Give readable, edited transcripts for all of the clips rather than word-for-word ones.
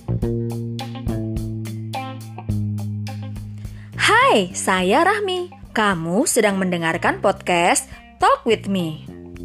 Hai, saya Rahmi. Kamu sedang mendengarkan podcast Talk With Me.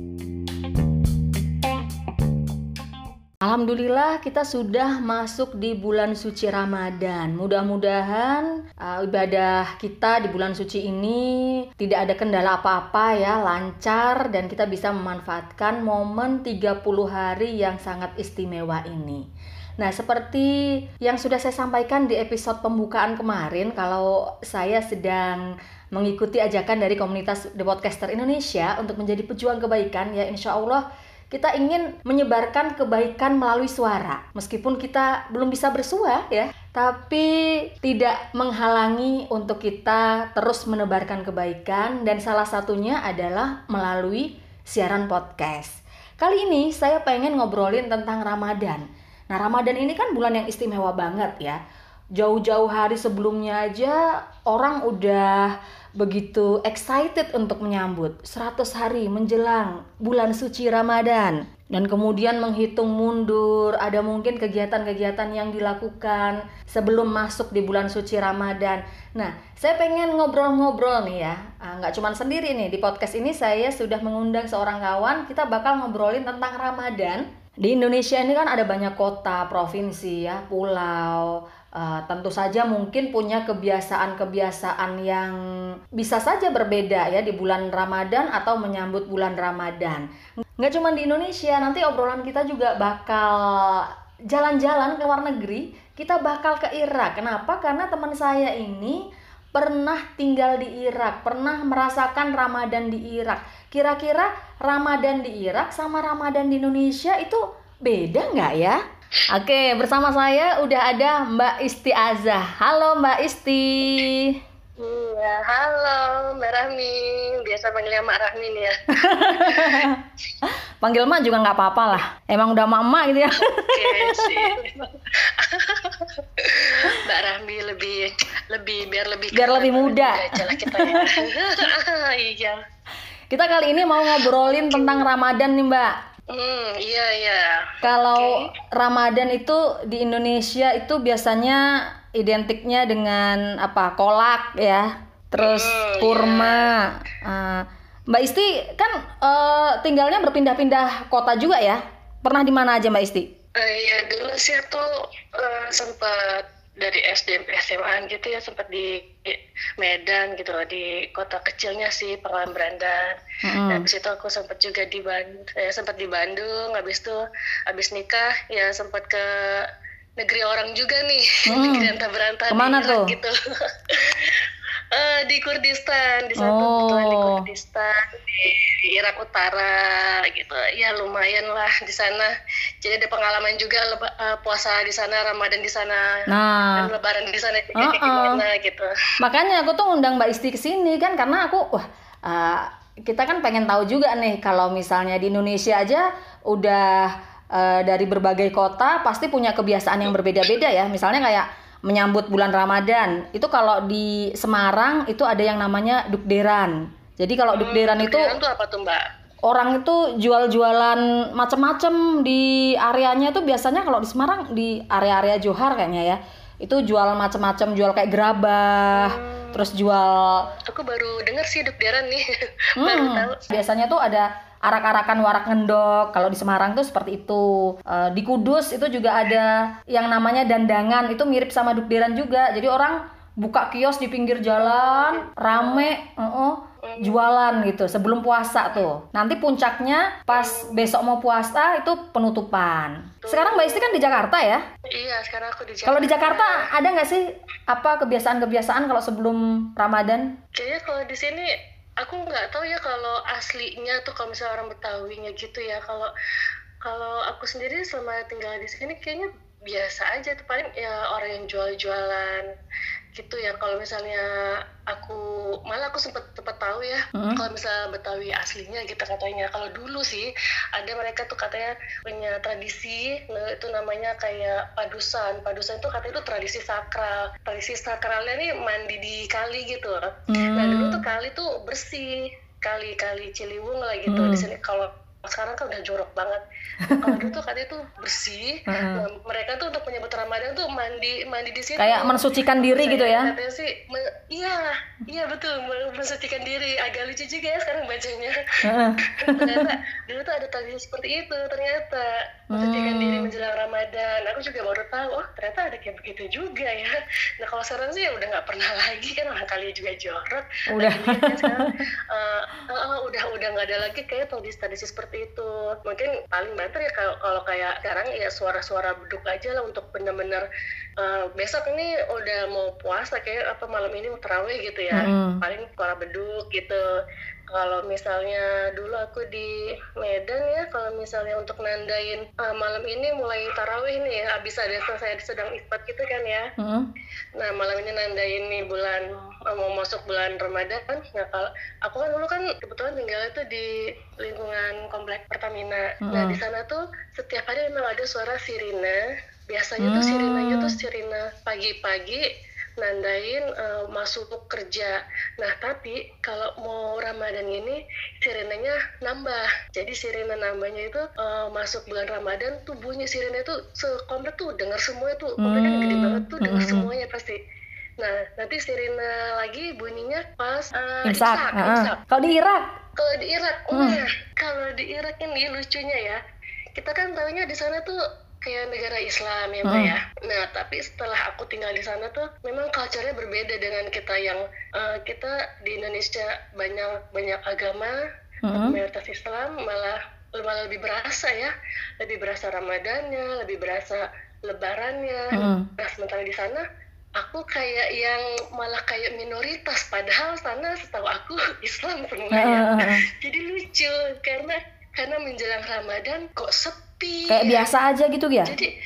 Alhamdulillah kita sudah masuk di bulan suci Ramadan. Mudah-mudahan ibadah kita di bulan suci ini tidak ada kendala apa-apa ya, lancar dan kita bisa memanfaatkan momen 30 hari yang sangat istimewa ini. Nah, seperti yang sudah saya sampaikan di episode pembukaan kemarin, kalau saya sedang mengikuti ajakan dari komunitas The Podcaster Indonesia untuk menjadi pejuang kebaikan, ya insya Allah kita ingin menyebarkan kebaikan melalui suara. Meskipun kita belum bisa bersua ya, tapi tidak menghalangi untuk kita terus menebarkan kebaikan, dan salah satunya adalah melalui siaran podcast. Kali ini saya pengen ngobrolin tentang Ramadan. Nah, Ramadan ini kan bulan yang istimewa banget ya. Jauh-jauh hari sebelumnya aja orang udah begitu excited untuk menyambut 100 hari menjelang bulan suci Ramadan. Dan kemudian menghitung mundur, ada mungkin kegiatan-kegiatan yang dilakukan sebelum masuk di bulan suci Ramadan. Nah, saya pengen ngobrol-ngobrol nih ya. Nggak cuma sendiri nih, di podcast ini saya sudah mengundang seorang kawan. Kita bakal ngobrolin tentang Ramadan. Di Indonesia ini kan ada banyak kota, provinsi ya, pulau. Tentu saja mungkin punya kebiasaan-kebiasaan yang bisa saja berbeda ya di bulan Ramadan atau menyambut bulan Ramadan. Nggak cuma di Indonesia, nanti obrolan kita juga bakal jalan-jalan ke luar negeri. Kita bakal ke Irak. Kenapa? Karena teman saya ini pernah tinggal di Irak, pernah merasakan Ramadan di Irak. Kira-kira Ramadan di Irak sama Ramadan di Indonesia itu beda nggak ya? Oke, bersama saya udah ada Mbak Isti Azah. Halo Mbak Isti. Iya, halo Mbak Rahmi. Biasa panggilnya Mak Rahmi nih ya. Panggil Mak juga nggak apa-apa lah. Emang udah mama gitu ya. Oke sih. Mbak Rahmi biar lebih muda. Ajalah kita ya. Iya. Kita kali ini mau ngobrolin tentang Ramadan nih Mbak. Iya. Kalau Ramadan itu di Indonesia itu biasanya identiknya dengan apa? Kolak ya, terus kurma. Mbak Isti kan tinggalnya berpindah-pindah kota juga ya. Pernah di mana aja Mbak Isti? Iya, dulu sih tuh sempat dari SD SMA gitu ya, sempat di Medan gitu loh, di kota kecilnya sih, Pangkalan Berandan. Nah, habis itu aku sempat juga di Bandung, habis nikah ya sempat ke negeri orang juga nih, negeri antah berantah. Kemana di Irak tuh? gitu. Di Kurdistan, di sana kebetulan di Kurdistan, di Irak Utara gitu. Ya lumayan lah di sana. Jadi ada pengalaman juga puasa di sana, Ramadan di sana, dan Lebaran di sana juga kayak gimana gitu. Makanya aku tuh ngundang Mbak Isti ke sini kan karena aku kita kan pengen tahu juga nih kalau misalnya di Indonesia aja udah dari berbagai kota pasti punya kebiasaan yang berbeda-beda ya. Misalnya kayak menyambut bulan Ramadan. Itu kalau di Semarang itu ada yang namanya dukderan. Jadi kalau dukderan itu apa tuh Mbak? Orang itu jual-jualan macam-macam di areanya itu biasanya kalau di Semarang di area-area Johar kayaknya ya. Itu jual macam-macam, jual kayak gerabah, terus jual. Aku baru dengar sih dukderan nih. Baru tahu. Biasanya tuh ada arak-arakan warak ngendok. Kalau di Semarang tuh seperti itu. Di Kudus itu juga ada yang namanya dandangan. Itu mirip sama dukderan juga. Jadi orang buka kios di pinggir jalan, rame, jualan gitu sebelum puasa tuh. Nanti puncaknya pas besok mau puasa itu penutupan. Sekarang Mbak Isti kan di Jakarta ya? Iya, sekarang aku di Jakarta. Kalau di Jakarta ada nggak sih apa kebiasaan-kebiasaan kalau sebelum Ramadan? Kayaknya kalau di sini aku nggak tahu ya kalau aslinya tuh kalau misalnya orang Betawinya gitu ya. Kalau aku sendiri selama tinggal di sini kayaknya biasa aja tuh, paling ya orang yang jual-jualan gitu ya. Kalau misalnya aku sempat tahu ya, kalau misalnya Betawi aslinya gitu katanya, kalau dulu sih ada mereka tuh katanya punya tradisi, itu namanya kayak padusan itu katanya itu tradisi sakralnya nih mandi di kali gitu. Nah dulu tuh kali tuh bersih, kali Ciliwung lah gitu. Di sini kalau sekarang kan udah jorok banget. Nah, kalau dulu tuh katanya tuh bersih. Nah, mereka tuh untuk menyambut Ramadan tuh mandi di situ. Kayak mensucikan diri gitu ya? Katanya sih, iya betul, mensucikan diri. Agak lucu juga ya sekarang bacanya. Ternyata dulu tuh ada tradisi seperti itu ternyata, mensucikan diri menjelang Ramadan. Aku juga baru tahu, oh ternyata ada kayak begitu juga ya. Nah kalau sekarang sih udah nggak pernah lagi kan, orang kali juga jorok. Udah. Kan sekarang udah nggak ada lagi kayak tradisi seperti itu. Mungkin paling banter ya kalau kayak sekarang ya suara-suara beduk aja lah untuk benar-benar besok ini udah mau puasa kayak apa malam ini mau tarawih gitu ya. Paling suara beduk gitu. Kalau misalnya dulu aku di Medan ya, kalau misalnya untuk nandain malam ini mulai tarawih nih ya, abis ada saya sedang isbat gitu kan ya. Nah malam ini nandain nih bulan mau masuk bulan Ramadan. Nah kalau aku kan dulu kan kebetulan tinggalnya tuh di lingkungan komplek Pertamina. Nah di sana tuh setiap hari memang ada suara sirine. Biasanya tuh sirinenya tuh sirine pagi-pagi nandain masuk kerja. Nah tapi kalau mau Ramadan ini sirenenya nambah. Jadi sirene nambahnya itu masuk bulan Ramadan tuh bunyi sirene tuh sekomplek tuh dengar semuanya tuh. Komplek kan gede banget tuh dengar semuanya pasti. Nah nanti sirene lagi bunyinya pas Imsak. Kalau di Irak? Kalau di Irak ini lucunya ya, kita kan tahunya di sana tuh kayak negara Islam ya Mbak ya. Nah tapi setelah aku tinggal di sana tuh memang culture-nya berbeda dengan kita yang kita di Indonesia banyak agama, mayoritas Islam, malah lebih berasa ya, lebih berasa Ramadannya, lebih berasa Lebarannya. Nah sementara di sana aku kayak yang malah kayak minoritas, padahal sana setahu aku Islam semuanya. Jadi lucu karena menjelang Ramadan kok sepi. Kayak biasa aja gitu ya? Jadi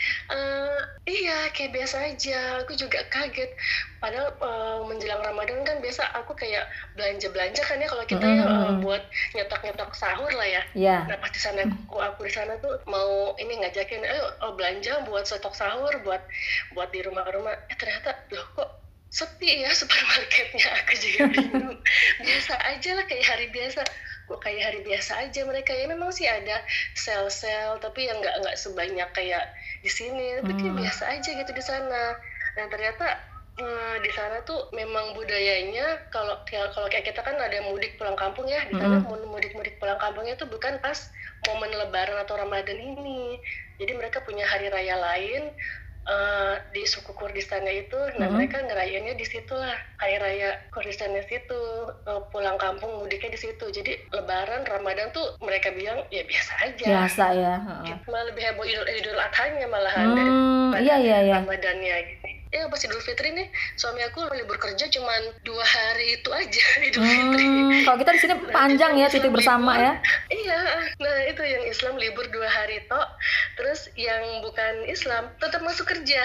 iya kayak biasa aja. Aku juga kaget. Padahal menjelang Ramadan kan biasa aku kayak belanja kan ya kalau kita buat nyetok sahur lah ya. Yeah. Nah pas di sana aku di sana tuh mau ini ngajakin belanja buat stok sahur buat di rumah-rumah. Ternyata loh kok sepi ya supermarketnya. Aku juga bingung. Biasa aja lah kayak hari biasa. Kok kayak hari biasa aja mereka ya, memang sih ada sel-sel tapi yang nggak sebanyak kayak di sini, tapi kayak biasa aja gitu di sana. Dan ternyata di sana tuh memang budayanya kalau kayak kita kan ada mudik pulang kampung ya, di sana mudik pulang kampungnya tuh bukan pas momen Lebaran atau Ramadan ini. Jadi mereka punya hari raya lain di suku Kurdistannya itu. Nah mereka ngerayainnya di situ lah, hari raya Kurdistannya situ, pulang kampung mudiknya di situ. Jadi Lebaran Ramadan tuh mereka bilang ya biasa aja. Biasa ya. Malah lebih heboh Idul Adhanya malahan daripada Ramadannya gitu. Ya pas Idul Fitri nih suami aku libur kerja cuman 2 hari itu aja Idul Fitri. Kalau kita di sini panjang ya cuti bersama libur, ya. Iya, nah itu yang Islam libur 2 hari tok, terus yang bukan Islam tetap masuk kerja.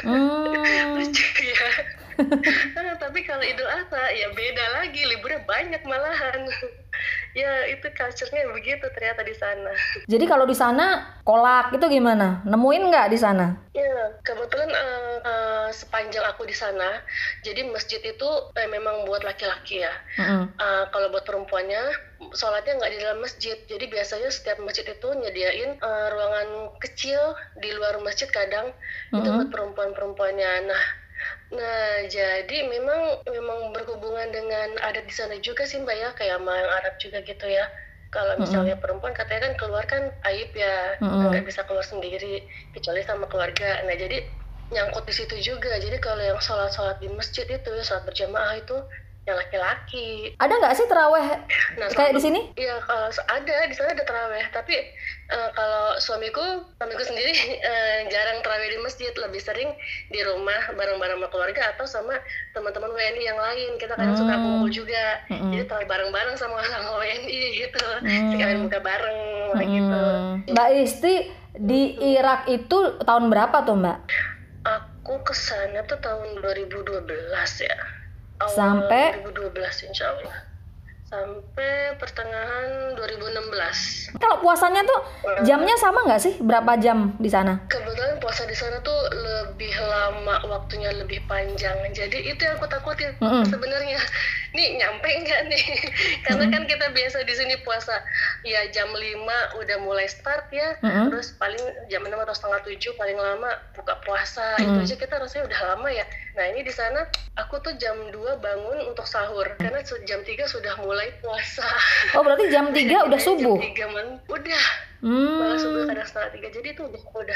Lucu ya. Tapi kalau Idul Adha ya beda lagi, liburnya banyak malahan. Ya itu culture-nya begitu ternyata di sana. Jadi kalau di sana kolak itu gimana? Nemuin nggak di sana? Ya kebetulan sepanjang aku di sana, jadi masjid itu memang buat laki-laki ya. Kalau buat perempuannya sholatnya nggak di dalam masjid. Jadi biasanya setiap masjid itu nyediain ruangan kecil di luar masjid kadang itu buat perempuan-perempuannya. Nah, jadi memang berhubungan dengan adat di sana juga sih Mbak ya, kayak sama yang Arab juga gitu ya. Kalau misalnya perempuan katanya kan keluar kan aib ya, nggak bisa keluar sendiri kecuali sama keluarga. Nah, jadi nyangkut di situ juga. Jadi kalau yang sholat di masjid itu, sholat berjamaah itu yang laki-laki. Ada nggak sih taraweh kayak di sini? Iya, ada di sana ada taraweh. Tapi kalau suamiku sendiri jarang taraweh di masjid, lebih sering di rumah bareng-bareng sama keluarga atau sama teman-teman WNI yang lain. Kita kadang suka kumpul juga, jadi taraweh bareng-bareng sama WNI gitu, sekalian buka bareng gitu. Mbak Isti di Irak itu tahun berapa tuh Mbak? Aku kesana tuh tahun 2012 ya. Sampai 2012 insya Allah sampai pertengahan 2016. Kalau puasanya tuh jamnya sama nggak sih? Berapa jam di sana? Kebetulan puasa di sana tuh lebih lama, waktunya lebih panjang. Jadi itu yang aku takutin sebenarnya. nih nyampe nggak nih? Karena kan kita biasa di sini puasa ya jam 5 udah mulai start ya, terus paling jam 6 atau setengah 7 paling lama buka puasa. Itu aja kita rasanya udah lama ya. Nah ini di sana aku tuh jam 2 bangun untuk sahur karena jam 3 sudah mulai puasa. Oh berarti jam 3 udah subuh? Jam 3 udah. Malah subuh kadang setengah 3. Jadi itu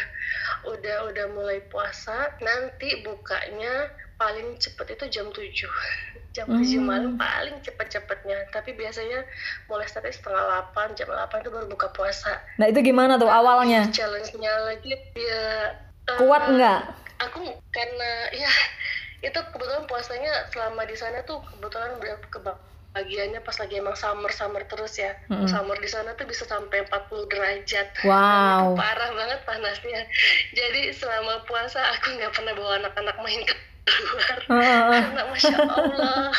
udah mulai puasa. Nanti bukanya paling cepet itu jam 7. Jam 7 malam paling cepet-cepetnya. Tapi biasanya mulai startnya setengah 8, jam 8 itu baru buka puasa. Nah itu gimana tuh awalnya? Challenge-nya lagi ya kuat nggak? Aku karena ya itu kebetulan puasanya selama di sana tuh kebetulan kebagiannya pas lagi emang summer terus ya. Summer di sana tuh bisa sampai 40 derajat. Wow. Parah banget panasnya. Jadi selama puasa aku nggak pernah bawa anak-anak main ke luar karena masya Allah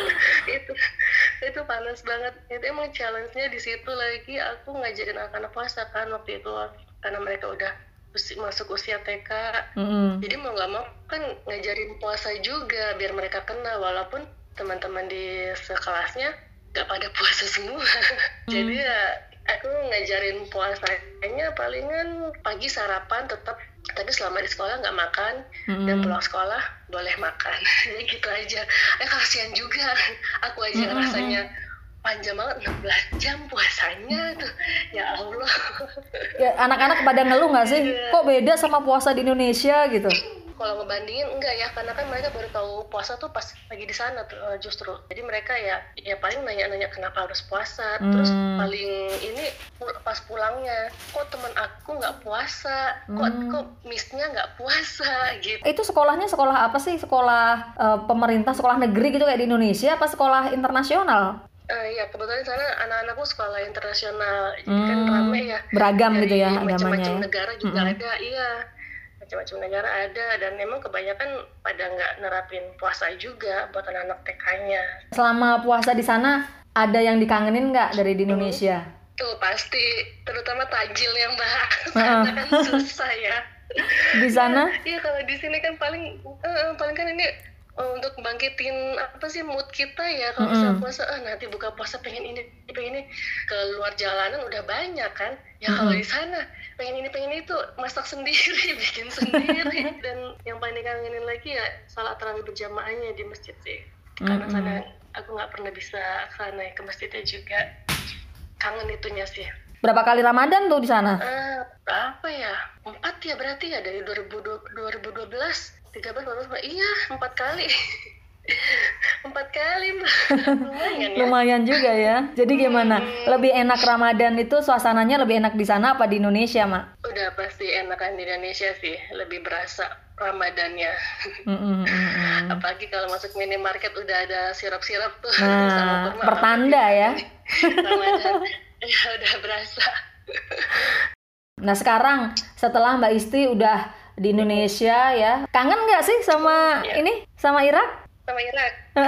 itu panas banget. Itu emang challenge-nya di situ lagi. Aku ngajarin anak-anak puasa kan waktu itu karena mereka udah masuk usia TK. Jadi mau nggak mau kan ngajarin puasa juga biar mereka kenal, walaupun teman-teman di sekelasnya nggak pada puasa semua. Jadi ya aku ngajarin puasanya palingan pagi sarapan tetap, tapi selama di sekolah nggak makan, dan pulang sekolah boleh makan. Ya gitu aja. Kasihan juga aku aja rasanya panjang banget, 16 jam puasanya tuh, ya Allah. Ya, anak-anak pada ngeluh nggak sih? Kok beda sama puasa di Indonesia gitu? Kalau ngebandingin enggak ya, karena kan mereka baru tahu puasa tuh pas lagi di sana tuh justru. Jadi mereka ya paling nanya-nanya kenapa harus puasa. Terus paling ini pas pulangnya, kok teman aku nggak puasa, kok missnya nggak puasa gitu. Itu sekolahnya sekolah apa sih? Sekolah pemerintah, sekolah negeri gitu kayak di Indonesia, apa sekolah internasional? Ya kebetulan di sana anak-anakku sekolah internasional, jadi kan rame ya. Beragam gitu ya agamanya. Macam-macam negara juga ada, iya. Macam-macam negara ada, dan memang kebanyakan pada nggak nerapin puasa juga buat anak-anak TK-nya. Selama puasa di sana ada yang dikangenin nggak dari di Indonesia? Tuh pasti, terutama tajilnya Mbak, karena kan susah ya. Di sana? Iya kalau di sini kan paling kan ini untuk bangkitin apa sih mood kita ya, kalau misalnya puasa nanti buka puasa pengen ini keluar jalanan udah banyak kan ya. Kalau di sana pengen ini itu masak sendiri bikin sendiri. Dan yang paling dikangenin lagi ya salat tarawih berjamaahnya di masjid sih, karena sana aku nggak pernah bisa sana ke masjidnya juga, kangen itunya sih. Berapa kali Ramadan tuh di sana? Berapa ya? 4 ya berarti ya, dari 2012 13, 14, iya 4 kali. 4 kali lumayan ya. Lumayan juga ya. Jadi gimana? Lebih enak Ramadan itu suasananya lebih enak di sana apa di Indonesia, Mak? Udah pasti enakan di Indonesia sih, lebih berasa Ramadannya. Apalagi kalau masuk minimarket udah ada sirup-sirup tuh. Nah, pertanda ya. Ramadan ya udah berasa. Nah sekarang setelah Mbak Isti udah di Indonesia ya, kangen nggak sih sama ini, sama Irak? Sama Irak.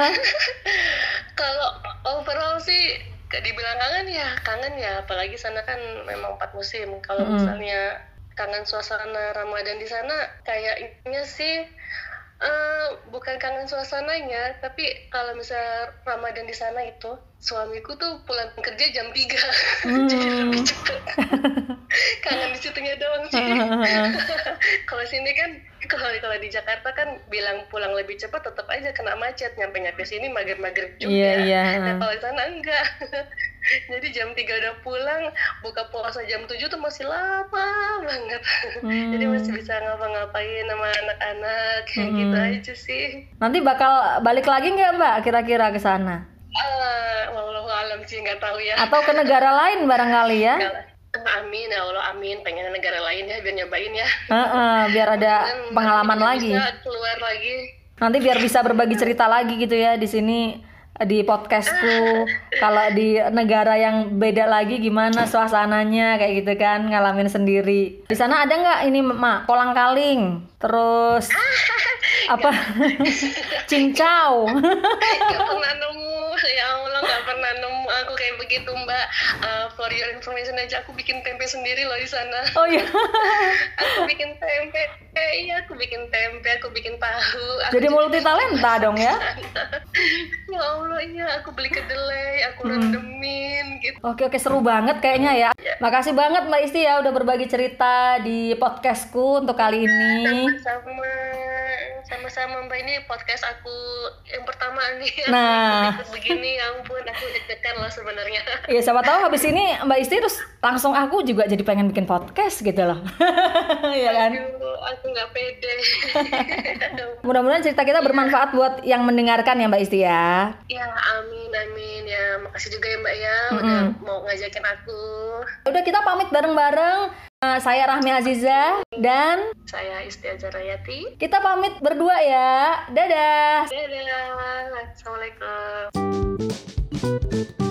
Kalau overall sih dibilang kangen ya, apalagi sana kan memang 4 musim. Kalau misalnya kangen suasana Ramadan di sana, kayaknya sih bukan kangen suasananya, tapi kalau misalnya Ramadan di sana itu suamiku tuh pulang kerja jam 3 jadi lebih cepat. Kangen di situnya doang sih. Kalau sini kan kalau di Jakarta kan bilang pulang lebih cepat, tetap aja kena macet, nyampe sini mager-mager juga. Nah, kalau di sana enggak. Jadi jam 3 udah pulang, buka puasa jam 7 tuh masih lama banget. Jadi masih bisa ngapa-ngapain sama anak-anak, kayak gitu aja sih. Nanti bakal balik lagi nggak Mbak kira-kira ke sana? Wallahu alam sih, nggak tahu ya. Atau ke negara lain barangkali ya? Amin ya Allah, amin. Pengen negara lain ya biar nyobain ya. Biar ada pengalaman lagi. Bisa keluar lagi. Nanti biar bisa berbagi cerita lagi gitu ya di sini di podcastku. Kalau di negara yang beda lagi gimana suasananya kayak gitu kan, ngalamin sendiri. Di sana ada nggak ini Mak, kolang kaling, terus apa cincau? Gak pernah nemu, ya Allah gak pernah nemu aku kayak begitu Mbak. For your information aja, aku bikin tempe sendiri loh di sana. Oh iya. Aku bikin tempe, aku bikin tahu. Jadi multi talenta dong ya? Ya Allah, iya aku beli kedelai, aku rendemin gitu. Oke, seru banget kayaknya ya. Makasih banget Mbak Isti ya udah berbagi cerita di podcastku untuk kali ini. Sama-sama Mbak, ini podcast aku yang pertama nih. Nah, Aku begini, ya ampun, aku deg-degan loh sebenarnya. ya siapa tahu habis ini Mbak Isti terus langsung aku juga jadi pengen bikin podcast gitu loh. Iya kan? Aduh, aku nggak pede. Mudah-mudahan cerita kita bermanfaat buat yang mendengarkan ya Mbak Isti ya. Ya, amin ya. Makasih juga ya Mbak ya udah mau ngajakin aku. Udah kita pamit bareng-bareng. Saya Rahmi Aziza dan Saya Isti Ajarayati. kita pamit berdua ya. Dadah. Dadah. Assalamualaikum.